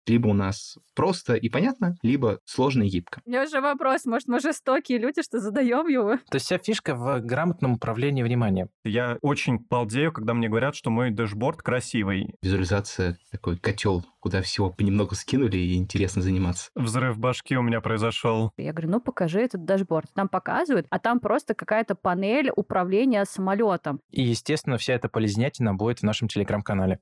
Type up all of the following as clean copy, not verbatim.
Либо у нас просто и понятно, либо сложно и гибко. У меня уже вопрос, может, мы жестокие люди, что задаем его? То есть вся фишка в грамотном управлении вниманием. Я очень балдею, когда мне говорят, что мой дэшборд красивый. Визуализация такой котел, куда всего понемногу скинули и интересно заниматься. Взрыв башки у меня произошел. Я говорю, покажи этот дашборд. Там показывают, а там просто какая-то панель управления самолетом. И, естественно, вся эта полезнятина будет в нашем телеграм-канале.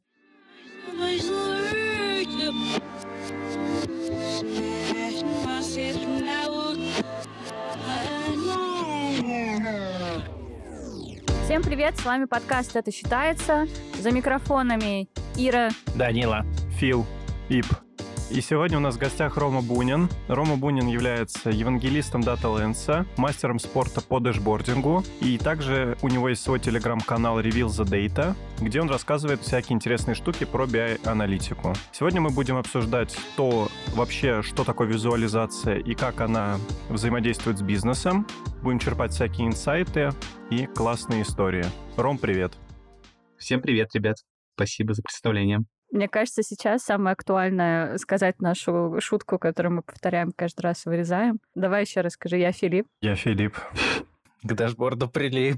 Всем привет, с вами подкаст «Это считается». За микрофонами Ира, Данила, Фил, Ип. И сегодня у нас в гостях Рома Бунин. Рома Бунин является евангелистом DataLens, мастером спорта по дэшбордингу. И также у него есть свой телеграм-канал Reveal the Data, где он рассказывает всякие интересные штуки про BI-аналитику. Сегодня мы будем обсуждать то вообще, что такое визуализация и как она взаимодействует с бизнесом. Будем черпать всякие инсайты и классные истории. Ром, привет. Всем привет, ребят. Спасибо за представление. мне кажется, сейчас самое актуальное сказать нашу шутку, которую мы повторяем каждый раз, вырезаем. Давай еще раз скажи, я Филипп. Я Филипп. К дашборду прилип.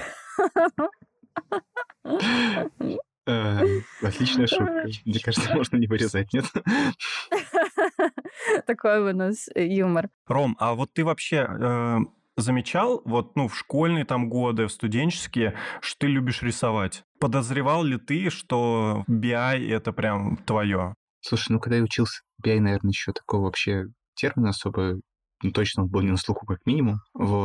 Отличная шутка. Мне кажется, можно не вырезать, нет? Такой у нас юмор. Ром, а вот ты вообще замечал, в школьные там годы, в студенческие, что ты любишь рисовать? Подозревал ли ты, что BI — это прям твое? Слушай, когда я учился, BI, наверное, еще такого вообще термина особо, точно он был не на слуху, как минимум.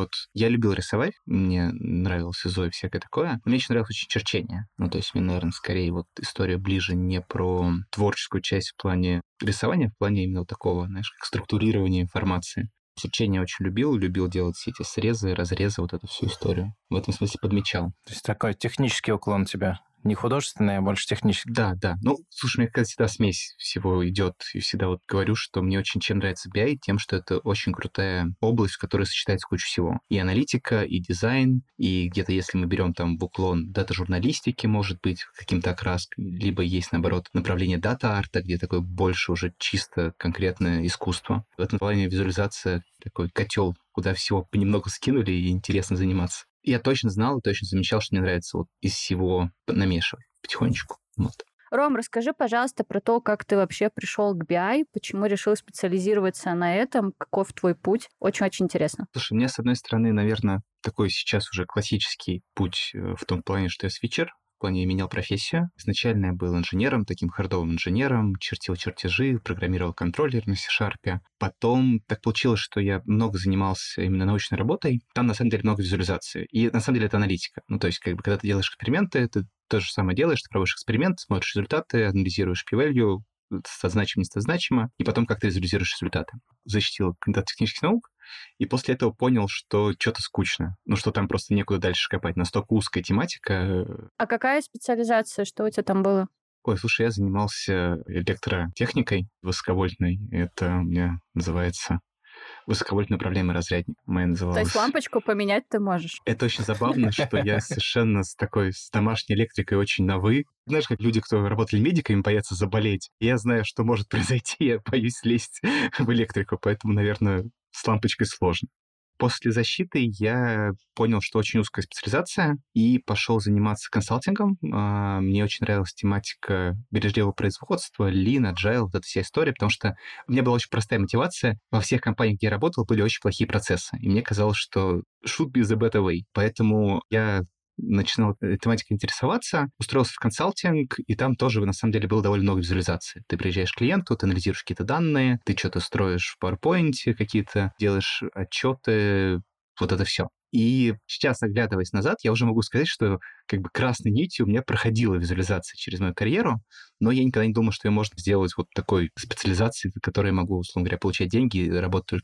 Я любил рисовать, мне нравилось ИЗО и всякое такое. Но мне еще нравилось очень черчение. То есть мне, наверное, скорее история ближе не про творческую часть в плане рисования, а в плане именно такого, знаешь, как структурирования информации. Черчение очень любил делать все эти срезы, разрезы, эту всю историю. В этом смысле подмечал. То есть такой технический уклон у тебя. Не художественный, а больше технический. Да. Слушай, мне всегда смесь всего идет. И всегда говорю, что мне очень чем нравится BI, тем, что это очень крутая область, в которой сочетается куча всего. И аналитика, и дизайн, и где-то, если мы берем там в уклон дата-журналистики, может быть, каким-то окраском, либо есть, наоборот, направление дата-арта, где такое больше уже чисто конкретное искусство. В этом плане визуализация такой котел, куда всего понемногу скинули и интересно заниматься. Я точно знал и точно замечал, что мне нравится из всего намешивать потихонечку. Ром, расскажи, пожалуйста, про то, как ты вообще пришел к BI, почему решил специализироваться на этом, каков твой путь. Очень-очень интересно. Слушай, у меня, с одной стороны, наверное, такой сейчас уже классический путь в том плане, что я свитчер. В плане я менял профессию. Изначально я был инженером, таким хардовым инженером, чертил чертежи, программировал контроллер на C#. Потом так получилось, что я много занимался именно научной работой. Там, на самом деле, много визуализации. И, на самом деле, это аналитика. То есть, когда ты делаешь эксперименты, ты то же самое делаешь, ты проводишь эксперимент, смотришь результаты, анализируешь p-value, значимо, нестозначимо, и потом как ты визуализируешь результаты. Защитил кандидат технических наук, и после этого понял, что что-то скучно. Что там просто некуда дальше копать. Настолько узкая тематика. А какая специализация? Что у тебя там было? Ой, слушай, я занимался электротехникой высоковольтной. Это у меня называется высоковольтный управляемый разрядник. То есть лампочку поменять ты можешь? Это очень забавно, что я совершенно с домашней электрикой очень на «вы». Знаешь, как люди, кто работали медиками, боятся заболеть. Я знаю, что может произойти, я боюсь лезть в электрику, поэтому, наверное, с лампочкой сложно. После защиты я понял, что очень узкая специализация, и пошел заниматься консалтингом. Мне очень нравилась тематика бережливого производства, Lean, Agile, эта вся история, потому что у меня была очень простая мотивация. Во всех компаниях, где я работал, были очень плохие процессы, и мне казалось, что should be the better way. Поэтому я начинал этой тематикой интересоваться, устроился в консалтинг, и там тоже, на самом деле, было довольно много визуализации. Ты приезжаешь к клиенту, ты анализируешь какие-то данные, ты что-то строишь в PowerPoint какие-то, делаешь отчеты, это все. И сейчас, оглядываясь назад, я уже могу сказать, что красной нитью у меня проходила визуализация через мою карьеру, но я никогда не думал, что ее можно сделать такой специализацией, в которой я могу, условно говоря, получать деньги и работать только ей.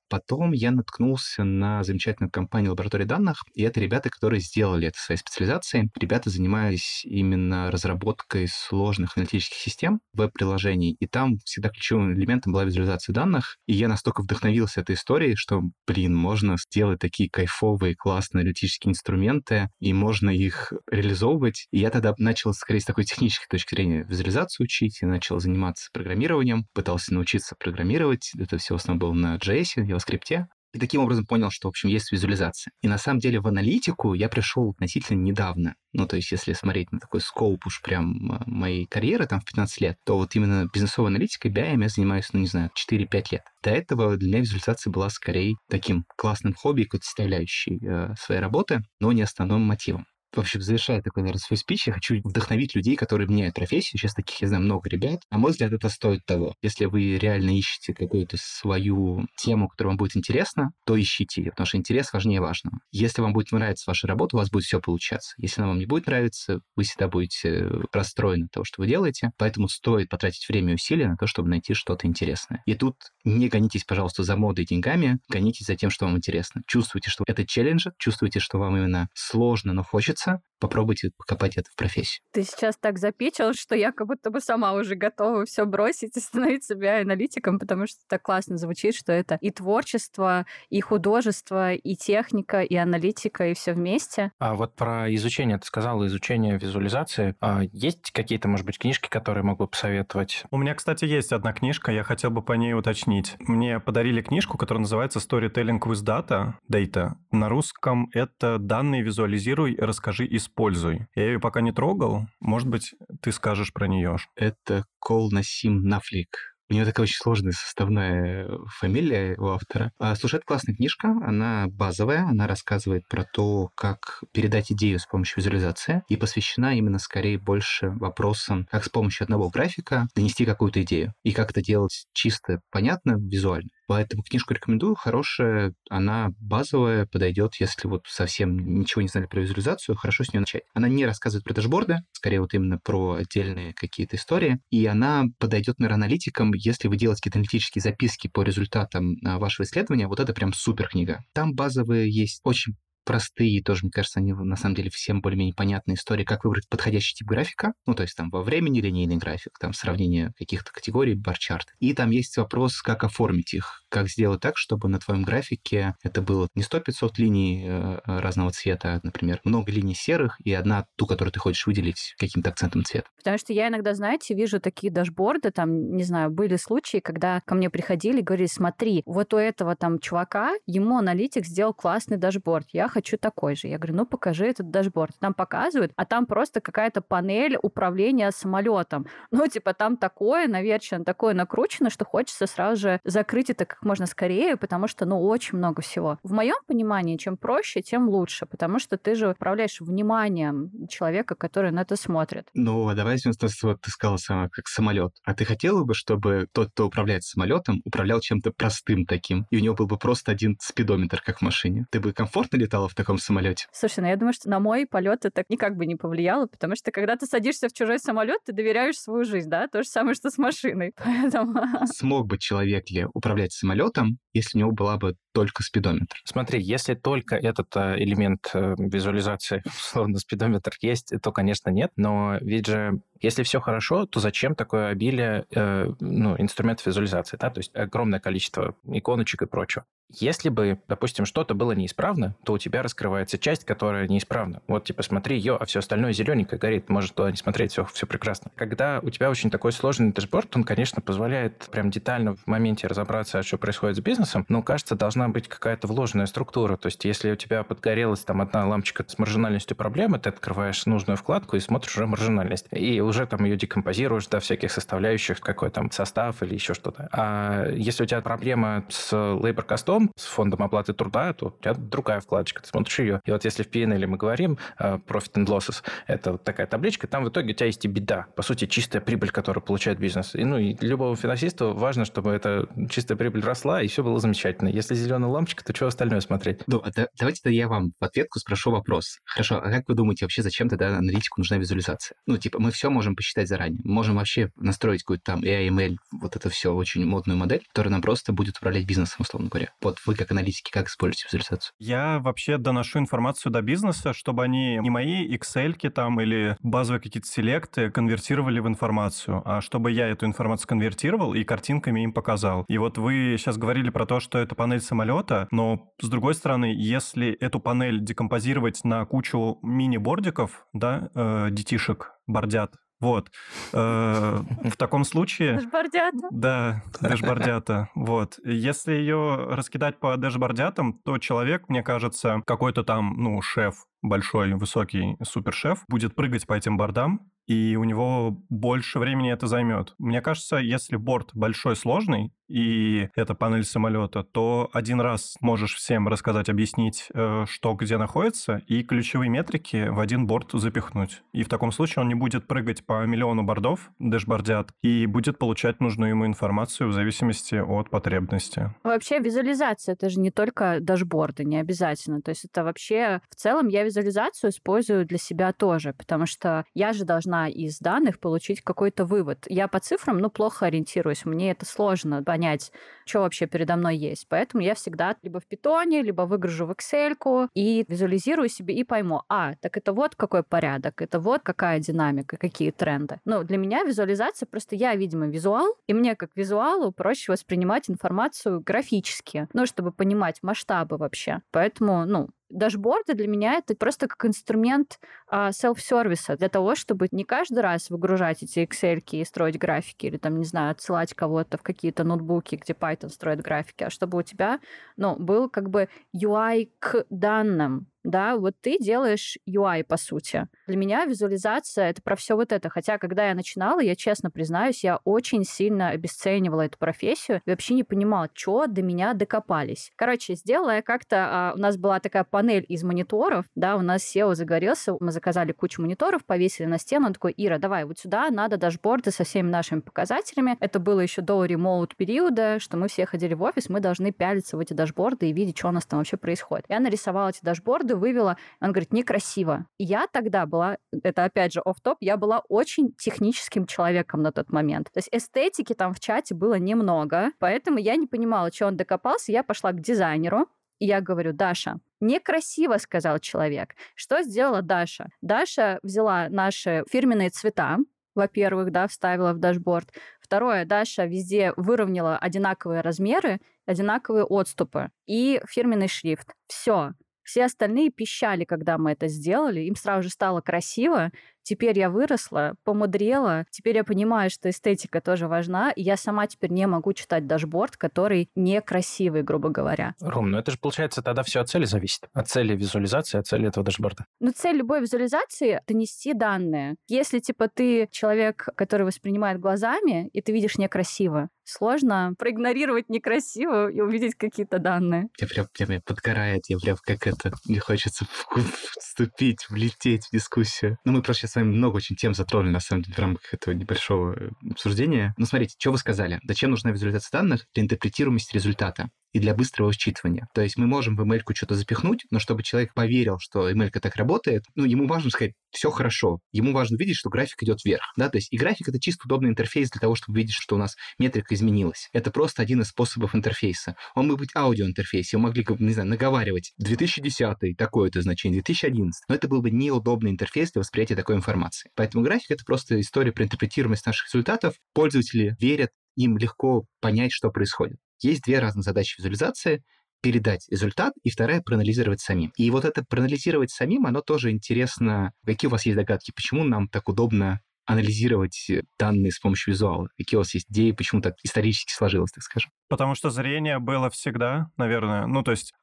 Потом я наткнулся на замечательную компанию «Лаборатория данных», и это ребята, которые сделали это своей специализацией. Ребята занимались именно разработкой сложных аналитических систем, веб-приложений, и там всегда ключевым элементом была визуализация данных, и я настолько вдохновился этой историей, что, можно сделать такие кайфовые, классные аналитические инструменты, и можно их реализовывать. И я тогда начал, скорее, с такой технической точки зрения визуализацию учить, и начал заниматься программированием, пытался научиться программировать. Это все в основном было на JS, JavaScript. И таким образом понял, что, в общем, есть визуализация. И на самом деле в аналитику я пришел относительно недавно. То есть если смотреть на такой скоуп уж прям моей карьеры, там, в 15 лет, то вот именно бизнесовой аналитикой, BI я занимаюсь, 4-5 лет. До этого для меня визуализация была скорее таким классным хобби, какой-то составляющей своей работы, но не основным мотивом. В общем, завершая такой, наверное, свой спич, я хочу вдохновить людей, которые меняют профессию. Сейчас таких, я знаю, много ребят. На мой взгляд, это стоит того. Если вы реально ищете какую-то свою тему, которая вам будет интересна, то ищите ее, потому что интерес важнее важного. Если вам будет нравиться ваша работа, у вас будет все получаться. Если она вам не будет нравиться, вы всегда будете расстроены от того, что вы делаете. Поэтому стоит потратить время и усилия на то, чтобы найти что-то интересное. И тут не гонитесь, пожалуйста, за модой и деньгами, гонитесь за тем, что вам интересно. Чувствуйте, что это челлендж, чувствуйте, что вам именно сложно, но хочется. Попробуйте покопать это в профессию. Ты сейчас так запичил, что я как будто бы сама уже готова все бросить и становиться BI-аналитиком, потому что так классно звучит, что это и творчество, и художество, и техника, и аналитика, и все вместе. А вот про изучение, ты сказала, изучение визуализации. Есть какие-то, может быть, книжки, которые могу посоветовать? У меня, кстати, есть одна книжка, я хотел бы по ней уточнить. Мне подарили книжку, которая называется «Storytelling with Data». На русском это «Данные визуализируй, расскажи, используй». Я ее пока не трогал. Может быть, ты скажешь про нее. Это Кол Насим Нафлик. У него такая очень сложная составная фамилия у автора. Слушай, это классная книжка, она базовая, она рассказывает про то, как передать идею с помощью визуализации, и посвящена именно скорее больше вопросам, как с помощью одного графика донести какую-то идею, и как это делать чисто, понятно, визуально. Поэтому книжку рекомендую, хорошая, она базовая, подойдет, если вот совсем ничего не знали про визуализацию, хорошо с нее начать. Она не рассказывает про дашборды, скорее вот именно про отдельные какие-то истории, и она подойдет, наверное, аналитикам, если вы делаете какие-то аналитические записки по результатам вашего исследования, вот это прям супер книга. Там базовые есть очень простые, тоже, мне кажется, они на самом деле всем более-менее понятные истории, как выбрать подходящий тип графика, то есть там во времени линейный график, там сравнение каких-то категорий, бар-чарт. И там есть вопрос, как оформить их, как сделать так, чтобы на твоем графике это было не 100-500 линий разного цвета, а, например, много линий серых и одна, ту, которую ты хочешь выделить каким-то акцентом цвета. Потому что я иногда, знаете, вижу такие дашборды, там, не знаю, были случаи, когда ко мне приходили и говорили, смотри, вот у этого там чувака, ему аналитик сделал классный дашборд, я хочу такой же. Я говорю, покажи этот дашборд. Там показывают, а там просто какая-то панель управления самолетом. Там такое наверчено, такое накручено, что хочется сразу же закрыть это как можно скорее, потому что, очень много всего. В моем понимании, чем проще, тем лучше, потому что ты же управляешь вниманием человека, который на это смотрит. Давай возьмем, вот ты сказала сама, как самолет. А ты хотела бы, чтобы тот, кто управляет самолетом, управлял чем-то простым таким, и у него был бы просто один спидометр, как в машине? Ты бы комфортно летала в таком самолете? Слушай, я думаю, что на мой полет это никак бы не повлияло, потому что когда ты садишься в чужой самолет, ты доверяешь свою жизнь, да? То же самое, что с машиной. Поэтому... Смог бы человек ли управлять самолетом, если у него была бы только спидометр? Смотри, если только этот элемент визуализации, условно, спидометр есть, то, конечно, нет. Но ведь же, если все хорошо, то зачем такое обилие инструментов визуализации? Да? То есть огромное количество иконочек и прочего. Если бы, допустим, что-то было неисправно, то у тебя раскрывается часть, которая неисправна. Вот, смотри, а все остальное зелененькое горит, может туда не смотреть, все прекрасно. Когда у тебя очень такой сложный дашборд, он, конечно, позволяет прям детально в моменте разобраться, что происходит с бизнесом, но, кажется, должна быть какая-то вложенная структура. То есть, если у тебя подгорелась там одна лампочка с маржинальностью проблемы, ты открываешь нужную вкладку и смотришь уже маржинальность. И уже там ее декомпозируешь до всяких составляющих, какой там состав или еще что-то. А если у тебя проблема с labor cost, с фондом оплаты труда, то у тебя другая вкладочка, ты смотришь ее. И вот если в P&L мы говорим Profit and Losses, это вот такая табличка, там в итоге у тебя есть и беда. По сути, чистая прибыль, которую получает бизнес. И любому финансисту важно, чтобы эта чистая прибыль росла, и все было было замечательно. Если зеленый лампочка, то что остальное смотреть? Ну, давайте-то я вам в ответку спрошу вопрос. Хорошо, а как вы думаете, вообще зачем тогда аналитику нужна визуализация? Ну, типа, мы все можем посчитать заранее. Мы можем вообще настроить какую-то там AI, ML, вот это все очень модную модель, которая нам просто будет управлять бизнесом, условно говоря. Вот вы как аналитики, как используете визуализацию? Я вообще доношу информацию до бизнеса, чтобы они не мои Excel-ки там или базовые какие-то селекты конвертировали в информацию, а чтобы я эту информацию конвертировал и картинками им показал. И вот вы сейчас говорили про то, что это панель самолета, но с другой стороны, если эту панель декомпозировать на кучу мини-бордиков, да, детишек, бордят, вот. В таком случае... Дэшбордята. Да, дэшбордята. Вот. Если ее раскидать по дэшбордятам, то человек, мне кажется, какой-то там, ну, шеф, большой, высокий супершеф, будет прыгать по этим бордам, и у него больше времени это займет. Мне кажется, если борд большой, сложный, и это панель самолета, то один раз можешь всем рассказать, объяснить, что где находится, и ключевые метрики в один борд запихнуть. И в таком случае он не будет прыгать по миллиону бордов, дэшбордят, и будет получать нужную ему информацию в зависимости от потребности. Вообще визуализация — это же не только дашборды, не обязательно. То есть это вообще... В целом я визуализацию использую для себя тоже, потому что я же должна из данных получить какой-то вывод. Я по цифрам, ну, плохо ориентируюсь, мне это сложно понять, что вообще передо мной есть. Поэтому я всегда либо в питоне, либо выгружу в Excel-ку и визуализирую себе и пойму, так это вот какой порядок, это вот какая динамика, какие тренды. Ну, для меня визуализация просто я, видимо, визуал, и мне как визуалу проще воспринимать информацию графически, ну, чтобы понимать масштабы вообще. Поэтому, ну, дашборды для меня это просто как инструмент селф-сервиса для того, чтобы не каждый раз выгружать эти Excel-ки и строить графики или там, не знаю, отсылать кого-то в какие-то ноутбуки, где Python строит графики, а чтобы у тебя, ну, был как бы UI к данным. Да, вот ты делаешь UI, по сути. Для меня визуализация — это про все вот это. Хотя, когда я начинала, я честно признаюсь, я очень сильно обесценивала эту профессию и вообще не понимала, что до меня докопались. Короче, сделала я как-то... у нас была такая панель из мониторов, да, у нас SEO загорелся, мы заказали кучу мониторов, повесили на стену, он такой: Ира, давай, вот сюда надо дашборды со всеми нашими показателями. Это было еще до ремоут периода, что мы все ходили в офис, мы должны пялиться в эти дашборды и видеть, что у нас там вообще происходит. Я нарисовала эти дашборды, вывела, он говорит, некрасиво. И я тогда была, это опять же офф-топ, я была очень техническим человеком на тот момент. То есть эстетики там в чате было немного, поэтому я не понимала, что он докопался, я пошла к дизайнеру, и я говорю: Даша, некрасиво, сказал человек. Что сделала Даша? Даша взяла наши фирменные цвета, во-первых, да, вставила в дашборд. Второе, Даша везде выровняла одинаковые размеры, одинаковые отступы и фирменный шрифт. Все. Все остальные пищали, когда мы это сделали. Им сразу же стало красиво. Теперь я выросла, помудрела. Теперь я понимаю, что эстетика тоже важна. И я сама теперь не могу читать дашборд, который некрасивый, грубо говоря. Ром, ну это же получается тогда все от цели зависит. От цели визуализации, от цели этого дашборда. Ну, цель любой визуализации — донести данные. Если, типа, ты человек, который воспринимает глазами, и ты видишь некрасиво, сложно проигнорировать некрасиво и увидеть какие-то данные. Меня подгорает, я прям как это... Мне хочется вступить, влететь в дискуссию. Ну, мы просто сейчас с вами много очень тем затронули, на самом деле, в рамках этого небольшого обсуждения. Ну, смотрите, что вы сказали? Зачем нужна визуализация данных? Для интерпретируемости результата и для быстрого считывания. То есть мы можем в email-ку что-то запихнуть, но чтобы человек поверил, что email-ка так работает, ну, ему важно сказать, все хорошо. Ему важно видеть, что график идет вверх. Да? То есть и график — это чисто удобный интерфейс для того, чтобы видеть, что у нас метрика изменилась. Это просто один из способов интерфейса. Он мог быть аудиоинтерфейс, его могли, не знаю, наговаривать 2010 такое-то значение, 2011. Но это был бы неудобный интерфейс для восприятия такой информации. Поэтому график — это просто история про интерпретируемость наших результатов. Пользователи верят, им легко понять, что происходит. Есть две разные задачи визуализации: передать результат, и вторая — проанализировать самим. И вот это проанализировать самим, оно тоже интересно. Какие у вас есть догадки, почему нам так удобно анализировать данные с помощью визуала? Какие у вас есть идеи, почему так исторически сложилось, так скажем? Потому что зрение было всегда, наверное. Ну, то есть,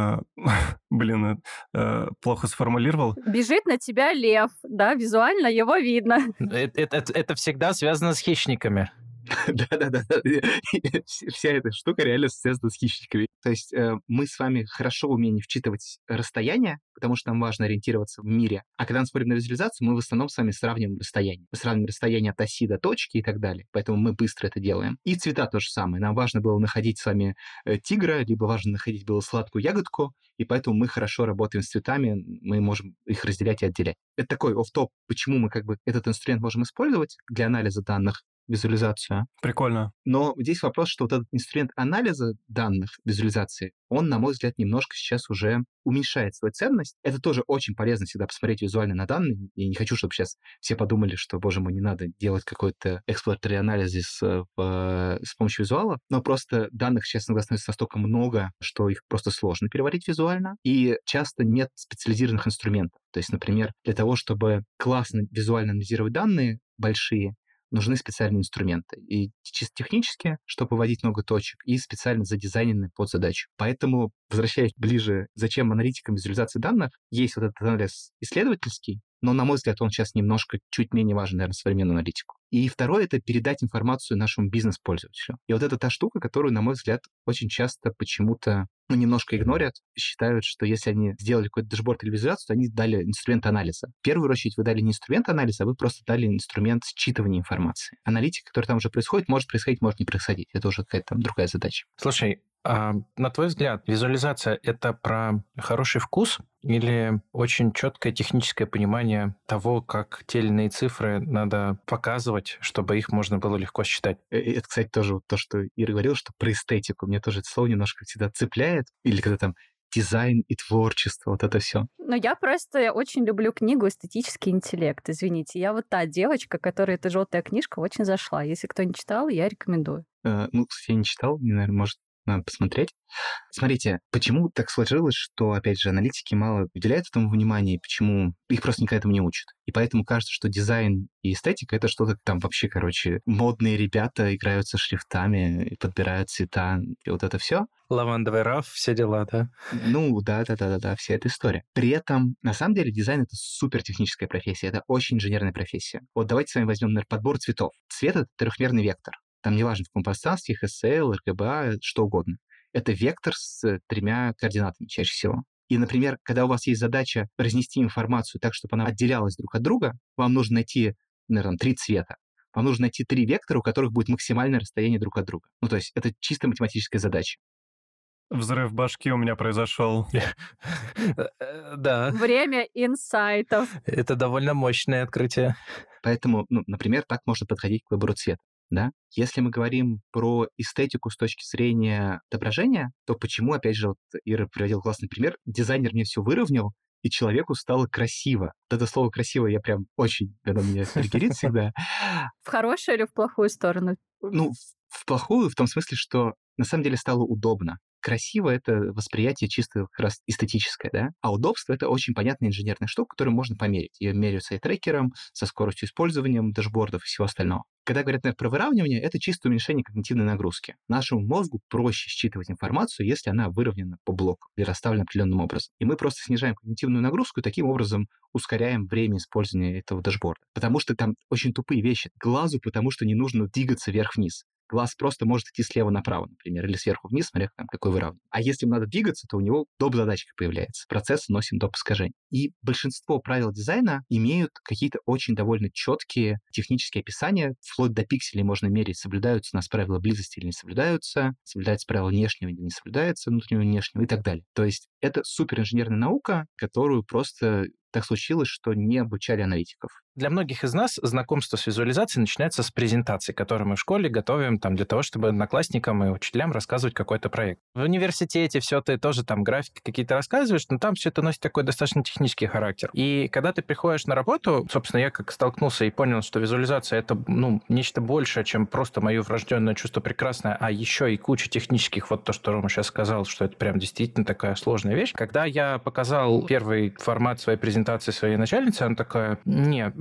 плохо сформулировал. Бежит на тебя лев, да, визуально его видно. Это всегда связано с хищниками. Да-да-да. Вся эта штука реально связана с хищниками. То есть мы с вами хорошо умеем вчитывать расстояние, потому что нам важно ориентироваться в мире. А когда мы смотрим на визуализацию, мы в основном с вами сравниваем расстояние. Мы сравниваем расстояние от оси до точки и так далее. Поэтому мы быстро это делаем. И цвета то же самое. Нам важно было находить с вами тигра, либо важно находить было сладкую ягодку, и поэтому мы хорошо работаем с цветами, мы можем их разделять и отделять. Это такой офф-топ, почему мы как бы этот инструмент можем использовать для анализа данных, визуализацию. Прикольно. Но здесь вопрос, что вот этот инструмент анализа данных, визуализации, он, на мой взгляд, немножко сейчас уже уменьшает свою ценность. Это тоже очень полезно всегда посмотреть визуально на данные. Я не хочу, чтобы сейчас все подумали, что, боже мой, не надо делать какой-то exploratory анализ с помощью визуала. Но просто данных сейчас иногда становится настолько много, что их просто сложно переварить визуально. И часто нет специализированных инструментов. То есть, например, для того, чтобы классно визуально анализировать данные большие, нужны специальные инструменты. И чисто технически, чтобы выводить много точек, и специально задизайнены под задачу. Поэтому, возвращаясь ближе, зачем аналитикам визуализации данных, есть вот этот анализ исследовательский, но, на мой взгляд, он сейчас немножко чуть менее важен, наверное, современному аналитику. И второе — это передать информацию нашему бизнес-пользователю. И вот это та штука, которую, на мой взгляд, очень часто почему-то немножко игнорят, считают, что если они сделали какой-то дашборд или визуализацию, то они дали инструмент анализа. В первую очередь вы дали не инструмент анализа, а вы просто дали инструмент считывания информации. Аналитика, которая там уже происходит, может не происходить. Это уже какая-то там другая задача. Слушай, а на твой взгляд, визуализация — это про хороший вкус или очень четкое техническое понимание того, как те или иные цифры надо показывать, чтобы их можно было легко считать? Это, кстати, тоже вот то, что Ира говорила, что про эстетику. Мне тоже это слово немножко всегда цепляет. Или когда там дизайн и творчество, вот это все. Но я просто очень люблю книгу «Эстетический интеллект». Извините, я вот та девочка, которой эта желтая книжка очень зашла. Если кто не читал, я рекомендую. Кстати, я не читал, мне, наверное, может, надо посмотреть. Смотрите, почему так сложилось, что, опять же, аналитики мало уделяют этому внимания, и почему их просто никогда этому не учат. И поэтому кажется, что дизайн и эстетика — это что-то там вообще, модные ребята играются шрифтами, и подбирают цвета, и вот это все. Лавандовый раф, все дела, да? Да, вся эта история. При этом, на самом деле, дизайн — это супертехническая профессия, это очень инженерная профессия. Вот давайте с вами возьмем, например, подбор цветов. Цвет — это трехмерный вектор. Там неважно, в каком пространстве, HSL, RGBA, что угодно. Это вектор с 3 координатами чаще всего. И, например, когда у вас есть задача разнести информацию так, чтобы она отделялась друг от друга, вам нужно найти, наверное, 3 цвета. Вам нужно найти 3 вектора, у которых будет максимальное расстояние друг от друга. То есть это чисто математическая задача. Взрыв башки у меня произошел. Да. Время инсайтов. Это довольно мощное открытие. Поэтому, например, так можно подходить к выбору цвета. Да? Если мы говорим про эстетику с точки зрения отображения, то почему, опять же, вот Ира приводил классный пример, дизайнер мне все выровнял, и человеку стало красиво. Вот это слово «красиво» я прям очень, оно меня триггерит всегда. В хорошую или в плохую сторону? В плохую, в том смысле, что на самом деле стало удобно. Красиво — это восприятие чисто как раз эстетическое, да? А удобство — это очень понятная инженерная штука, которую можно померить. Ее меряют с ай-трекером, со скоростью использования дашбордов и всего остального. Когда говорят, например, про выравнивание, это чисто уменьшение когнитивной нагрузки. Нашему мозгу проще считывать информацию, если она выровнена по блоку или расставлена определенным образом. И мы просто снижаем когнитивную нагрузку и таким образом ускоряем время использования этого дашборда. Потому что там очень тупые вещи. Глазу, потому что не нужно двигаться вверх-вниз. Глаз просто может идти слева направо, например, или сверху вниз, смотря какой выравнивание. А если ему надо двигаться, то у него доп. Задачка появляется. Процесс носит доп. Искажений. И большинство правил дизайна имеют какие-то очень довольно четкие технические описания. Вплоть до пикселей можно мерить, соблюдаются у нас правила близости или не соблюдаются, соблюдаются правила внешнего или не соблюдаются, внутреннего и внешнего и так далее. То есть это суперинженерная наука, которую просто так случилось, что не обучали аналитиков. Для многих из нас знакомство с визуализацией начинается с презентации, которую мы в школе готовим для того, чтобы одноклассникам и учителям рассказывать какой-то проект. В университете все ты тоже графики какие-то рассказываешь, но там все это носит такой достаточно технический характер. И когда ты приходишь на работу, собственно, я как столкнулся и понял, что визуализация — это нечто большее, чем просто мое врожденное чувство прекрасное, а еще и куча технических, вот то, что Рома сейчас сказал, что это прям действительно такая сложная вещь. Когда я показал первый формат своей презентации своей начальнице, она такая: «Не,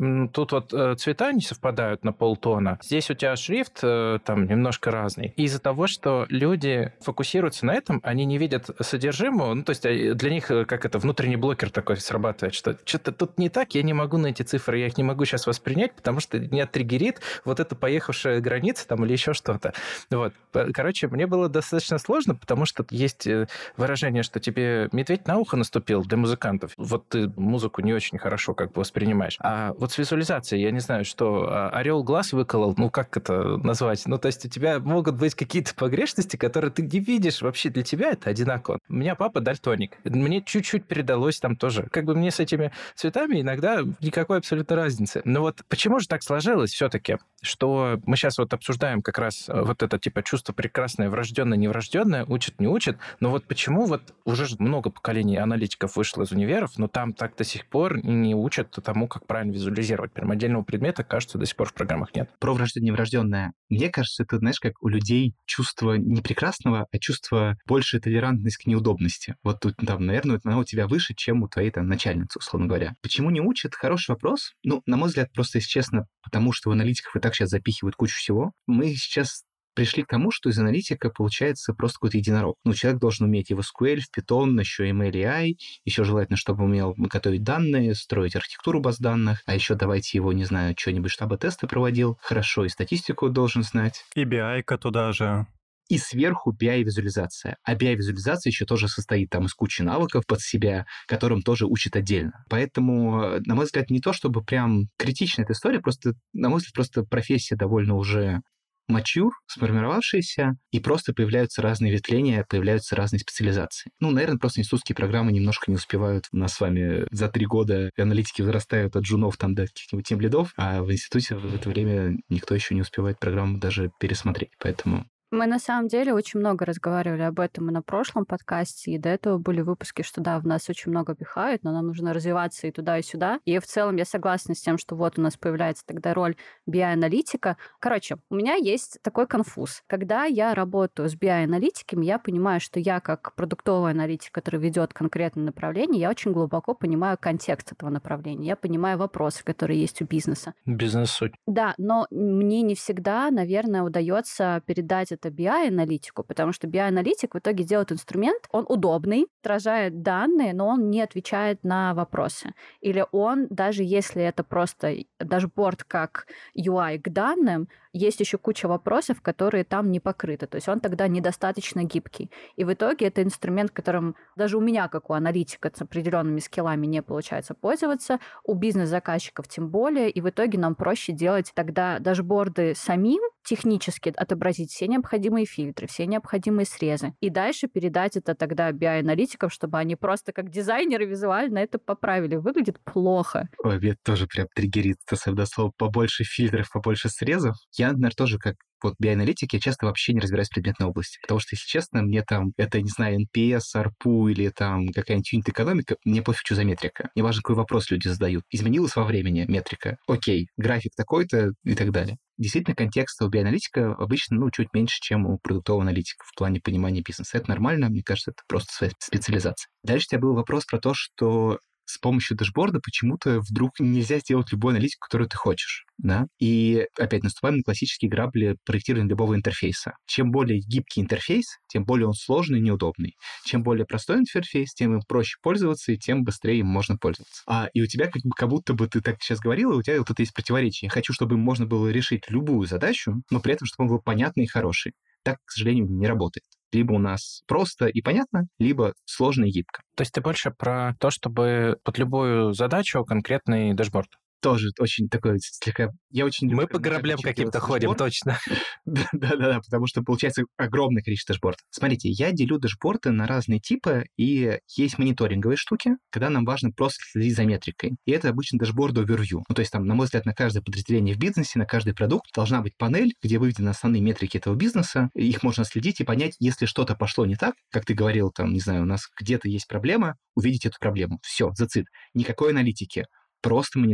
тут вот цвета не совпадают на полтона, здесь у тебя шрифт там немножко разный. И из-за того, что люди фокусируются на этом, они не видят содержимого, ну, то есть для них как это, внутренний блокер такой срабатывает, что что-то тут не так, я не могу на эти цифры, я их не могу сейчас воспринять, потому что меня триггерит вот эта поехавшая граница там или еще что-то. Вот. Короче, мне было достаточно сложно, потому что есть выражение, что тебе медведь на ухо наступил для музыкантов. Вот ты музыку не очень хорошо как бы воспринимаешь. А вот с визуализацией, я не знаю, что орел глаз выколол, ну как это назвать? Ну то есть у тебя могут быть какие-то погрешности, которые ты не видишь, вообще для тебя это одинаково. У меня папа дальтоник. Мне чуть-чуть передалось там тоже. Как бы мне с этими цветами иногда никакой абсолютно разницы. Но вот почему же так сложилось все-таки, что мы сейчас вот обсуждаем как раз вот это типа чувство прекрасное, врожденное, неврожденное, учат, не учат, но вот почему вот уже много поколений аналитиков вышло из универов, но там так до сих пор не учат тому, как правильно визуализировать. Прям отдельного предмета, кажется, до сих пор в программах нет. Про врожденное, неврожденное. Мне кажется, это, знаешь, как у людей чувство не прекрасного, а чувство большей толерантности к неудобности. Вот тут, там, наверное, оно у тебя выше, чем у твоей там начальницы, условно говоря. Почему не учат? Хороший вопрос. Ну, на мой взгляд, просто, если честно, потому что в аналитиков и так сейчас запихивают кучу всего. Мы сейчас пришли к тому, что из аналитика получается просто какой-то единорог. Ну, человек должен уметь и в SQL, в Python, еще ML и AI, еще желательно, чтобы умел готовить данные, строить архитектуру баз данных, а еще давайте его, не знаю, что-нибудь, чтобы тесты проводил, хорошо и статистику должен знать. И BI-ка туда же. И сверху BI-визуализация. А BI-визуализация еще тоже состоит там из кучи навыков под себя, которым тоже учат отдельно. Поэтому, на мой взгляд, не то чтобы прям критичная эта история, просто, на мой взгляд, просто профессия довольно уже mature, сформировавшаяся, и просто появляются разные ветвления, появляются разные специализации. Ну, наверное, просто институтские программы немножко не успевают. У нас с вами за 3 года аналитики возрастают от джунов там до каких-нибудь тимлидов, а в институте в это время никто еще не успевает программу даже пересмотреть. Поэтому... Мы на самом деле очень много разговаривали об этом и на прошлом подкасте, и до этого были выпуски, что да, в нас очень много пихают, но нам нужно развиваться и туда, и сюда. И в целом я согласна с тем, что вот у нас появляется тогда роль BI-аналитика. Короче, у меня есть такой конфуз. Когда я работаю с BI-аналитиками, я понимаю, что я как продуктовый аналитик, который ведет конкретное направление, я очень глубоко понимаю контекст этого направления. Я понимаю вопросы, которые есть у бизнеса. Бизнес-суть. Да, но мне не всегда, наверное, удается передать это BI-аналитику, потому что BI-аналитик в итоге делает инструмент, он удобный, отражает данные, но он не отвечает на вопросы. Или он, даже если это просто дашборд как UI к данным, есть еще куча вопросов, которые там не покрыты. То есть он тогда недостаточно гибкий. И в итоге это инструмент, которым даже у меня, как у аналитика, с определенными скиллами не получается пользоваться, у бизнес-заказчиков тем более, и в итоге нам проще делать тогда дашборды самим, технически отобразить все необходимые фильтры, все необходимые срезы. И дальше передать это тогда BI-аналитикам, чтобы они просто как дизайнеры визуально это поправили. Выглядит плохо. Ой, меня тоже прям триггерит это слово побольше фильтров, побольше срезов. Я, наверное, тоже как вот BI-аналитик, я часто вообще не разбираюсь в предметной области. Потому что, если честно, мне там, это, не знаю, NPS, ARPU или там какая-нибудь юнит-экономика, мне пофиг, что за метрика. Мне важно, какой вопрос люди задают. Изменилась во времени метрика? Окей, график такой-то и так далее. Действительно, контекста у BI-аналитика обычно, чуть меньше, чем у продуктового аналитика в плане понимания бизнеса. Это нормально, мне кажется, это просто своя специализация. Дальше у тебя был вопрос про то, что с помощью дашборда почему-то вдруг нельзя сделать любую аналитику, которую ты хочешь, да? И опять наступаем на классические грабли проектирования любого интерфейса. Чем более гибкий интерфейс, тем более он сложный и неудобный. Чем более простой интерфейс, тем им проще пользоваться, и тем быстрее им можно пользоваться. И у тебя как будто бы ты так сейчас говорила, у тебя вот это есть противоречие. Я хочу, чтобы можно было решить любую задачу, но при этом, чтобы он был понятный и хороший. Так, к сожалению, не работает. Либо у нас просто и понятно, либо сложно и гибко. То есть ты больше про то, чтобы под любую задачу конкретный дашборд? Тоже очень такой слегка... Я очень люблю... Мы по граблям каким-то ходим, точно. Да-да-да, потому что получается огромное количество дашбордов. Смотрите, я делю дашборды на разные типы, и есть мониторинговые штуки, когда нам важно просто следить за метрикой. И это обычно дашборд overview. То есть там, на мой взгляд, на каждое подразделение в бизнесе, на каждый продукт должна быть панель, где выведены основные метрики этого бизнеса. Их можно следить и понять, если что-то пошло не так, как ты говорил, там, не знаю, у нас где-то есть проблема, увидеть эту проблему. Все, that's it. Никакой аналитики. Просто мониторинг.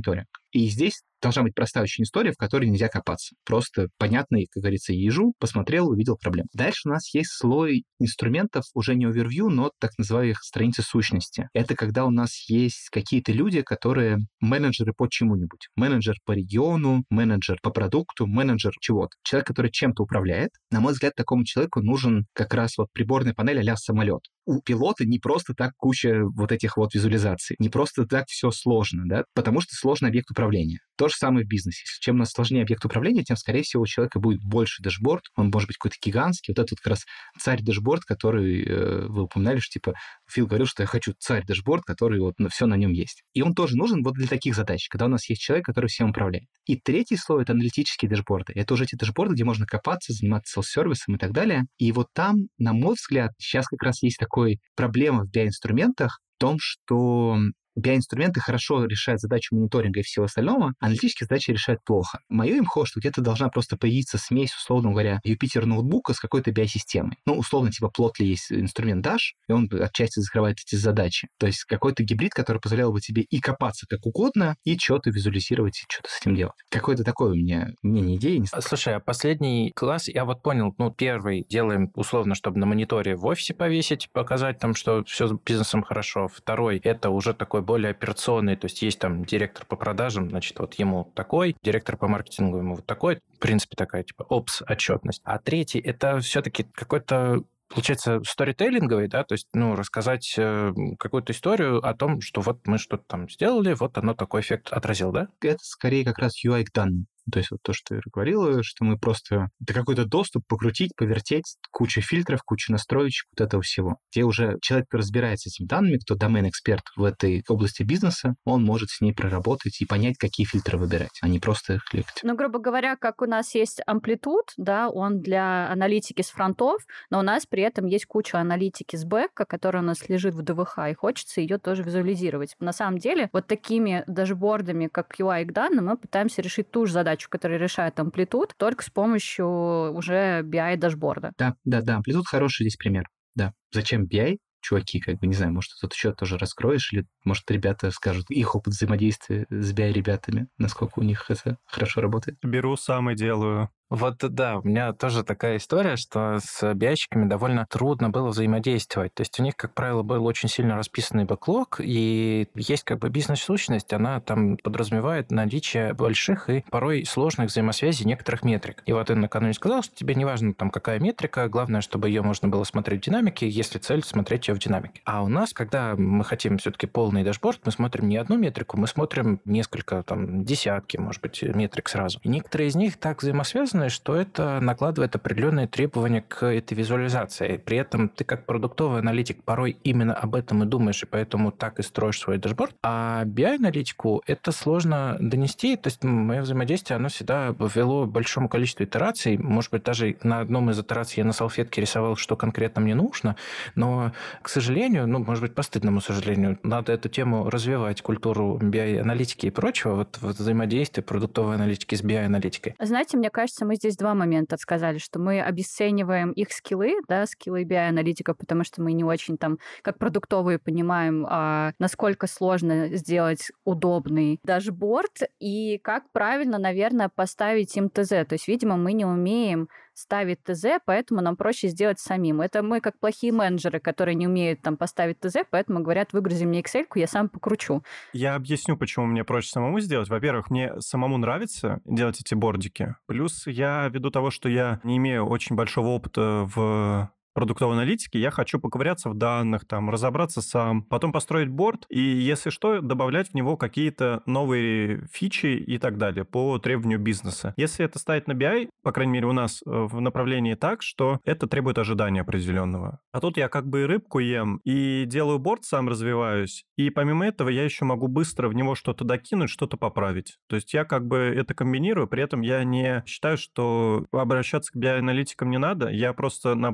И здесь должна быть простая очень история, в которой нельзя копаться. Просто понятный, как говорится, ежу, посмотрел, увидел проблему. Дальше у нас есть слой инструментов, уже не овервью, но так называемых страницы сущности. Это когда у нас есть какие-то люди, которые менеджеры по чему-нибудь. Менеджер по региону, менеджер по продукту, менеджер чего-то. Человек, который чем-то управляет. На мой взгляд, такому человеку нужен как раз вот приборная панель а-ля самолет. У пилота не просто так куча вот этих вот визуализаций, не просто так все сложно, да, потому что сложный объект управления. То же самое в бизнесе. Чем у нас сложнее объект управления, тем, скорее всего, у человека будет больше дашборд, он может быть какой-то гигантский. Вот этот как раз царь дашборд, который вы упоминали, что типа Фил говорил, что я хочу царь дашборд, который вот все на нем есть. И он тоже нужен вот для таких задач, когда у нас есть человек, который всем управляет. И третий слой — это аналитические дашборды. Это уже те дашборды, где можно копаться, заниматься селф-сервисом и так далее. И вот там, на мой взгляд, сейчас как раз есть такой проблема в BI-инструментах в том, что BI-инструменты хорошо решают задачу мониторинга и всего остального, а аналитические задачи решают плохо. Мое имхо, что где-то должна просто появиться смесь, условно говоря, Юпитер ноутбука с какой-то BI-системой. Ну, условно, типа Plotly есть инструмент Dash, и он отчасти закрывает эти задачи. То есть какой-то гибрид, который позволял бы тебе и копаться как угодно, и что-то визуализировать, и что-то с этим делать. Какое-то такое у меня мнение, идеи. Слушай, а последний класс, я вот понял, первый делаем условно, чтобы на мониторе в офисе повесить, показать там, что все с бизнесом хорошо. Второй, это уже такой более операционный, то есть есть там директор по продажам, значит, вот ему такой, директор по маркетингу ему вот такой, в принципе, такая типа опс-отчетность. А третий, это все-таки какой-то, получается, сторителлинговый, да, то есть, рассказать какую-то историю о том, что вот мы что-то там сделали, вот оно такой эффект отразил, да? Это скорее как раз UI к данным. То есть вот то, что я говорила, что мы просто... Это какой-то доступ покрутить, повертеть, куча фильтров, куча настроечек, вот этого всего. Где уже человек, кто разбирается с этими данными, кто домен-эксперт в этой области бизнеса, он может с ней проработать и понять, какие фильтры выбирать, а не просто их кликать. Грубо говоря, как у нас есть амплитуд, да, он для аналитики с фронтов, но у нас при этом есть куча аналитики с бэка, которая у нас лежит в ДВХ, и хочется ее тоже визуализировать. На самом деле, вот такими дашбордами, как UI к данным, мы пытаемся решить ту же задачу, который решает амплитуд, только с помощью уже BI-дашборда. Да, амплитуд хороший здесь пример. Да. Зачем BI? Чуваки, не знаю, может, тут еще тоже раскроешь, или, может, ребята скажут их опыт взаимодействия с BI-ребятами, насколько у них это хорошо работает. Беру сам и делаю. Вот да, у меня тоже такая история, что с BI-щиками довольно трудно было взаимодействовать. То есть у них, как правило, был очень сильно расписанный бэклог, и есть бизнес-сущность, она там подразумевает наличие больших и порой сложных взаимосвязей некоторых метрик. И вот ты накануне сказал, что тебе не важно там какая метрика, главное, чтобы ее можно было смотреть в динамике, если цель смотреть ее в динамике. А у нас, когда мы хотим все-таки полный дашборд, мы смотрим не одну метрику, мы смотрим несколько, десятки, может быть, метрик сразу. И некоторые из них так взаимосвязаны, что это накладывает определенные требования к этой визуализации. При этом ты как продуктовый аналитик порой именно об этом и думаешь, и поэтому так и строишь свой дашборд. А BI-аналитику это сложно донести. То есть мое взаимодействие, оно всегда вело к большому количеству итераций. Может быть, даже на одном из итераций я на салфетке рисовал, что конкретно мне нужно. Но, к сожалению, может быть, постыдному сожалению, надо эту тему развивать, культуру BI-аналитики и прочего, вот взаимодействие продуктовой аналитики с BI-аналитикой. Знаете, мне кажется, мы здесь два момента сказали, что мы обесцениваем их скиллы, да, скиллы BI-аналитиков, потому что мы не очень как продуктовые понимаем, насколько сложно сделать удобный дашборд и как правильно, наверное, поставить им ТЗ. То есть, видимо, мы не умеем ставить ТЗ, поэтому нам проще сделать самим. Это мы как плохие менеджеры, которые не умеют поставить ТЗ, поэтому говорят, выгрузи мне Excel-ку, я сам покручу. Я объясню, почему мне проще самому сделать. Во-первых, мне самому нравится делать эти бордики. Плюс я, ввиду того, что я не имею очень большого опыта в продуктовой аналитики, я хочу поковыряться в данных, разобраться сам, потом построить борд и, если что, добавлять в него какие-то новые фичи и так далее по требованию бизнеса. Если это ставить на BI, по крайней мере, у нас в направлении так, что это требует ожидания определенного. А тут я рыбку ем и делаю борд, сам развиваюсь, и помимо этого я еще могу быстро в него что-то докинуть, что-то поправить. То есть я это комбинирую, при этом я не считаю, что обращаться к BI-аналитикам не надо, я просто, наоборот,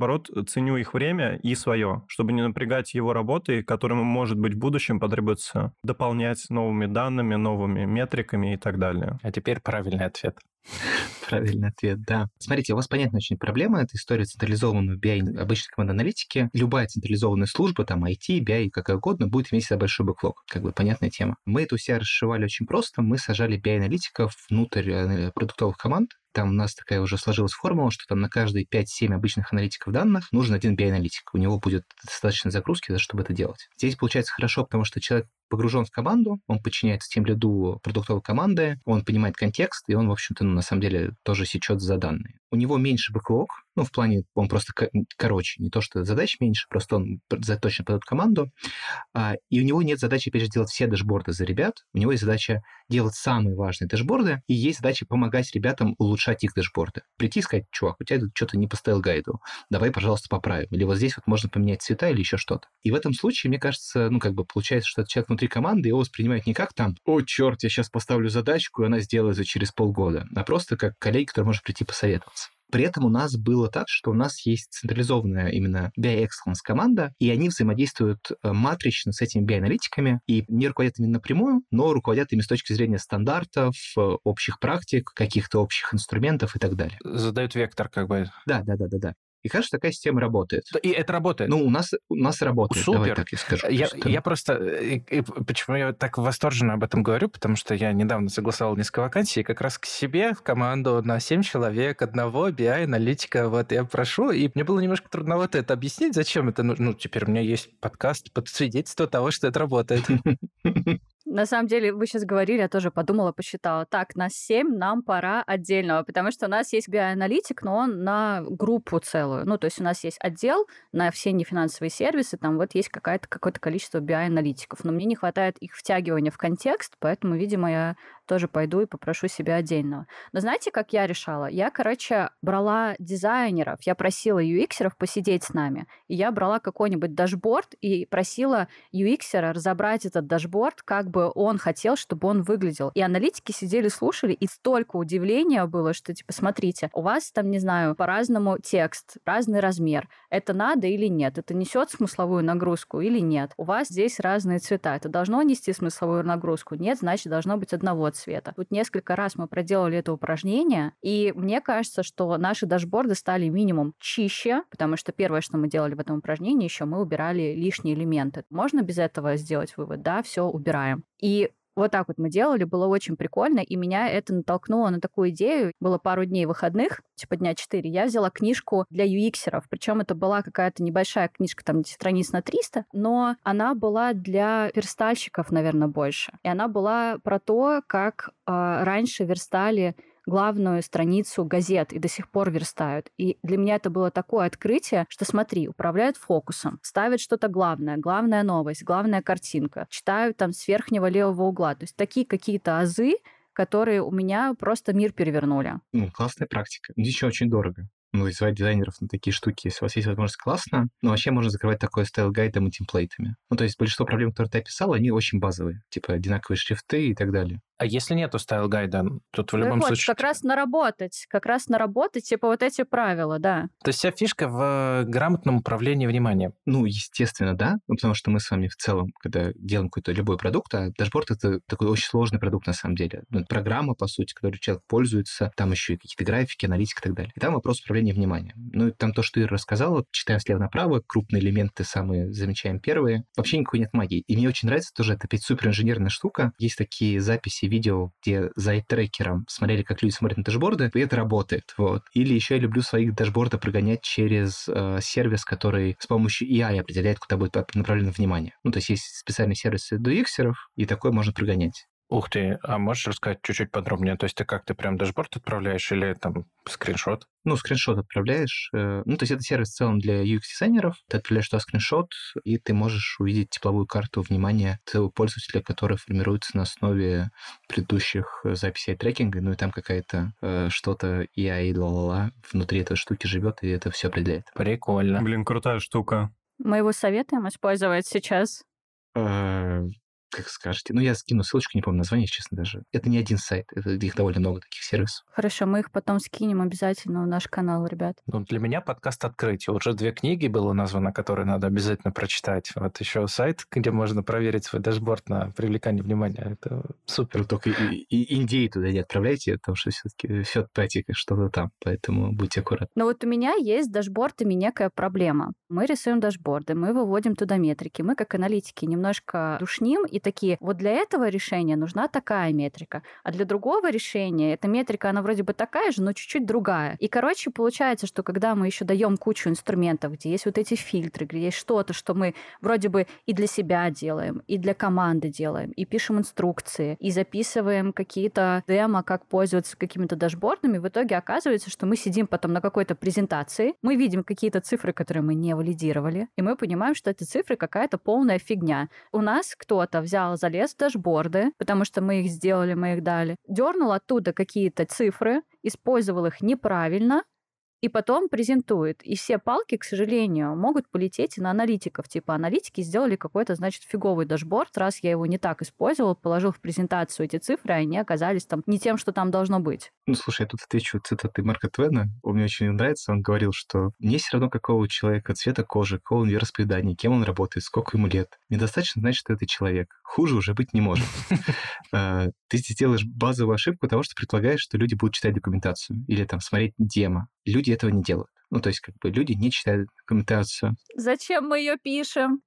ценю их время и свое, чтобы не напрягать его работой, которым, может быть, в будущем потребуется дополнять новыми данными, новыми метриками и так далее. А теперь правильный ответ. Правильный ответ, да. Смотрите, у вас понятная очень проблема. Это история централизованного BI обычной команды аналитики. Любая централизованная служба, там IT, BI, какая угодно, будет иметь всегда большой бэклог. Как бы понятная тема. Мы это у себя расшивали очень просто. Мы сажали BI-аналитиков внутрь продуктовых команд. Там у нас такая уже сложилась формула, что там на каждые 5-7 обычных аналитиков данных нужен один BI-аналитик. У него будет достаточно загрузки, чтобы это делать. Здесь получается хорошо, потому что человек погружен в команду, он подчиняется тимлиду продуктовой команды, он понимает контекст, и он, в общем-то, на самом деле тоже сечет за данные. У него меньше бэклог, в плане, он просто короче, не то, что задач меньше, просто он точно под эту команду, и у него нет задачи, опять же, делать все дэшборды за ребят, у него есть задача делать самые важные дэшборды, и есть задача помогать ребятам улучшать их дэшборды. Прийти и сказать: чувак, у тебя тут что-то не по стайл-гайду, давай, пожалуйста, поправим. Или вот здесь вот можно поменять цвета или еще что-то. И в этом случае, мне кажется, получается, что этот человек внутри команды, его воспринимает не как там: о, черт, я сейчас поставлю задачку, и она сделается через полгода, а просто как коллеги, который может прийти посоветоваться. При этом у нас было так, что у нас есть централизованная именно BI Excellence команда, и они взаимодействуют матрично с этими BI-аналитиками, и не руководят ими напрямую, но руководят ими с точки зрения стандартов, общих практик, каких-то общих инструментов и так далее. Задают вектор, как бы. Да. И кажется, такая система работает. И это работает? У нас работает. Супер. Давай так я скажу. Я просто... Почему я так восторженно об этом говорю? Потому что я недавно согласовал несколько вакансий, как раз к себе в команду на 7 человек, одного BI-аналитика. Вот я прошу, и мне было немножко трудновато это объяснить, зачем это нужно. Теперь у меня есть подкаст под свидетельство того, что это работает. На самом деле, вы сейчас говорили, я тоже подумала, посчитала. Так, нас 7, нам пора отдельного, потому что у нас есть BI-аналитик, но он на группу целую. То есть у нас есть отдел на все нефинансовые сервисы, там вот есть какое-то количество BI-аналитиков, но мне не хватает их втягивания в контекст, поэтому, видимо, я тоже пойду и попрошу себе отдельного. Но знаете, как я решала? Я, брала дизайнеров, я просила UX-еров посидеть с нами, и я брала какой-нибудь дашборд и просила UX-ера разобрать этот дашборд, как бы он хотел, чтобы он выглядел. И аналитики сидели, слушали, и столько удивления было, что, смотрите, у вас там, не знаю, по-разному текст, разный размер. Это надо или нет? Это несет смысловую нагрузку или нет? У вас здесь разные цвета. Это должно нести смысловую нагрузку? Нет, значит, должно быть одного цвета. Тут несколько раз мы проделали это упражнение, и мне кажется, что наши дашборды стали минимум чище, потому что первое, что мы делали в этом упражнении, еще мы убирали лишние элементы. Можно без этого сделать вывод? Да, все, убираем. И вот так вот мы делали, было очень прикольно, и меня это натолкнуло на такую идею. Было пару дней выходных, дня 4, я взяла книжку для UX-еров, причем это была какая-то небольшая книжка, там, страниц на 300, но она была для верстальщиков, наверное, больше. И она была про то, как раньше верстали главную страницу газет и до сих пор верстают. И для меня это было такое открытие, что, смотри, управляют фокусом, ставят что-то главное, главная новость, главная картинка, читают там с верхнего левого угла. То есть такие какие-то азы, которые у меня просто мир перевернули. Классная практика. Здесь еще очень дорого. Звать дизайнеров на такие штуки, если у вас есть возможность, классно. Но вообще можно закрывать такое стайл-гайдом и темплейтами. То есть большинство проблем, которые ты описал, они очень базовые. Типа одинаковые шрифты и так далее. А если нету стайл-гайда, тут в любом случае... как раз наработать, вот эти правила, да. То есть вся фишка в грамотном управлении вниманием. Естественно, да. Потому что мы с вами в целом, когда делаем какой-то любой продукт, а дашборд — это такой очень сложный продукт на самом деле. Это программа, по сути, которой человек пользуется, там еще и какие-то графики, аналитика и так далее. И там вопрос управления вниманием. И там то, что Ира рассказала, читаем слева направо, крупные элементы самые замечаем первые. Вообще никакой нет магии. И мне очень нравится тоже, это опять суперинженерная штука. Есть такие записи видео, где за трекером смотрели, как люди смотрят на дашборды, и это работает. Или еще я люблю свои дашборды прогонять через сервис, который с помощью AI определяет, куда будет направлено внимание. То есть есть специальный сервис для UX-еров, и такое можно прогонять. Ух ты, а можешь рассказать чуть-чуть подробнее? То есть ты прям дашборд отправляешь или там скриншот? Скриншот отправляешь. То есть это сервис в целом для UX-дизайнеров. Ты отправляешь туда скриншот, и ты можешь увидеть тепловую карту внимания твоего пользователя, которая формируется на основе предыдущих записей трекинга. И там какая-то что-то AI, внутри этой штуки живет, и это все определяет. Прикольно. Блин, крутая штука. Мы его советуем использовать сейчас. Как скажете. Ну, я скину ссылочку, не помню название, честно даже. Это не один сайт, их довольно много таких сервисов. Хорошо, мы их потом скинем обязательно в наш канал, ребят. Ну, для меня подкаст «Открытие». Уже 2 книги было названо, которые надо обязательно прочитать. Вот еще сайт, где можно проверить свой дашборд на привлекание внимания. Это супер. Ну, только и Индии туда не отправляйте, потому что все-таки фет-патика что-то там, поэтому будьте аккуратны. Но вот у меня есть с дашбордами некая проблема. Мы рисуем дашборды, мы выводим туда метрики, мы как аналитики немножко душним и такие, вот для этого решения нужна такая метрика, а для другого решения эта метрика, она вроде бы такая же, но чуть-чуть другая. И, короче, получается, что когда мы еще даем кучу инструментов, где есть вот эти фильтры, где есть что-то, что мы вроде бы и для себя делаем, и для команды делаем, и пишем инструкции, и записываем какие-то демо, как пользоваться какими-то дашбордами, в итоге оказывается, что мы сидим потом на какой-то презентации, мы видим какие-то цифры, которые мы не валидировали, и мы понимаем, что эти цифры какая-то полная фигня. У нас кто-то взял, залез в дашборды, потому что мы их сделали, мы их дали, дернул оттуда какие-то цифры, использовал их неправильно, и потом презентует. И все палки, к сожалению, могут полететь и на аналитиков. Типа аналитики сделали какой-то, значит, фиговый дашборд, раз я его не так использовал, положил в презентацию эти цифры, а они оказались там не тем, что там должно быть. Ну, слушай, я тут отвечу цитатой Марка Твена. Он мне очень нравится. Он говорил, что мне все равно, какого у человека цвета кожи, какого он вероисповедания, кем он работает, сколько ему лет. Недостаточно значит, что это человек. Хуже уже быть не может. Ты сделаешь базовую ошибку того, что предполагаешь, что люди будут читать документацию или там смотреть демо. Люди этого не делают. Ну, то есть, как бы люди не читают документацию. Зачем мы ее пишем?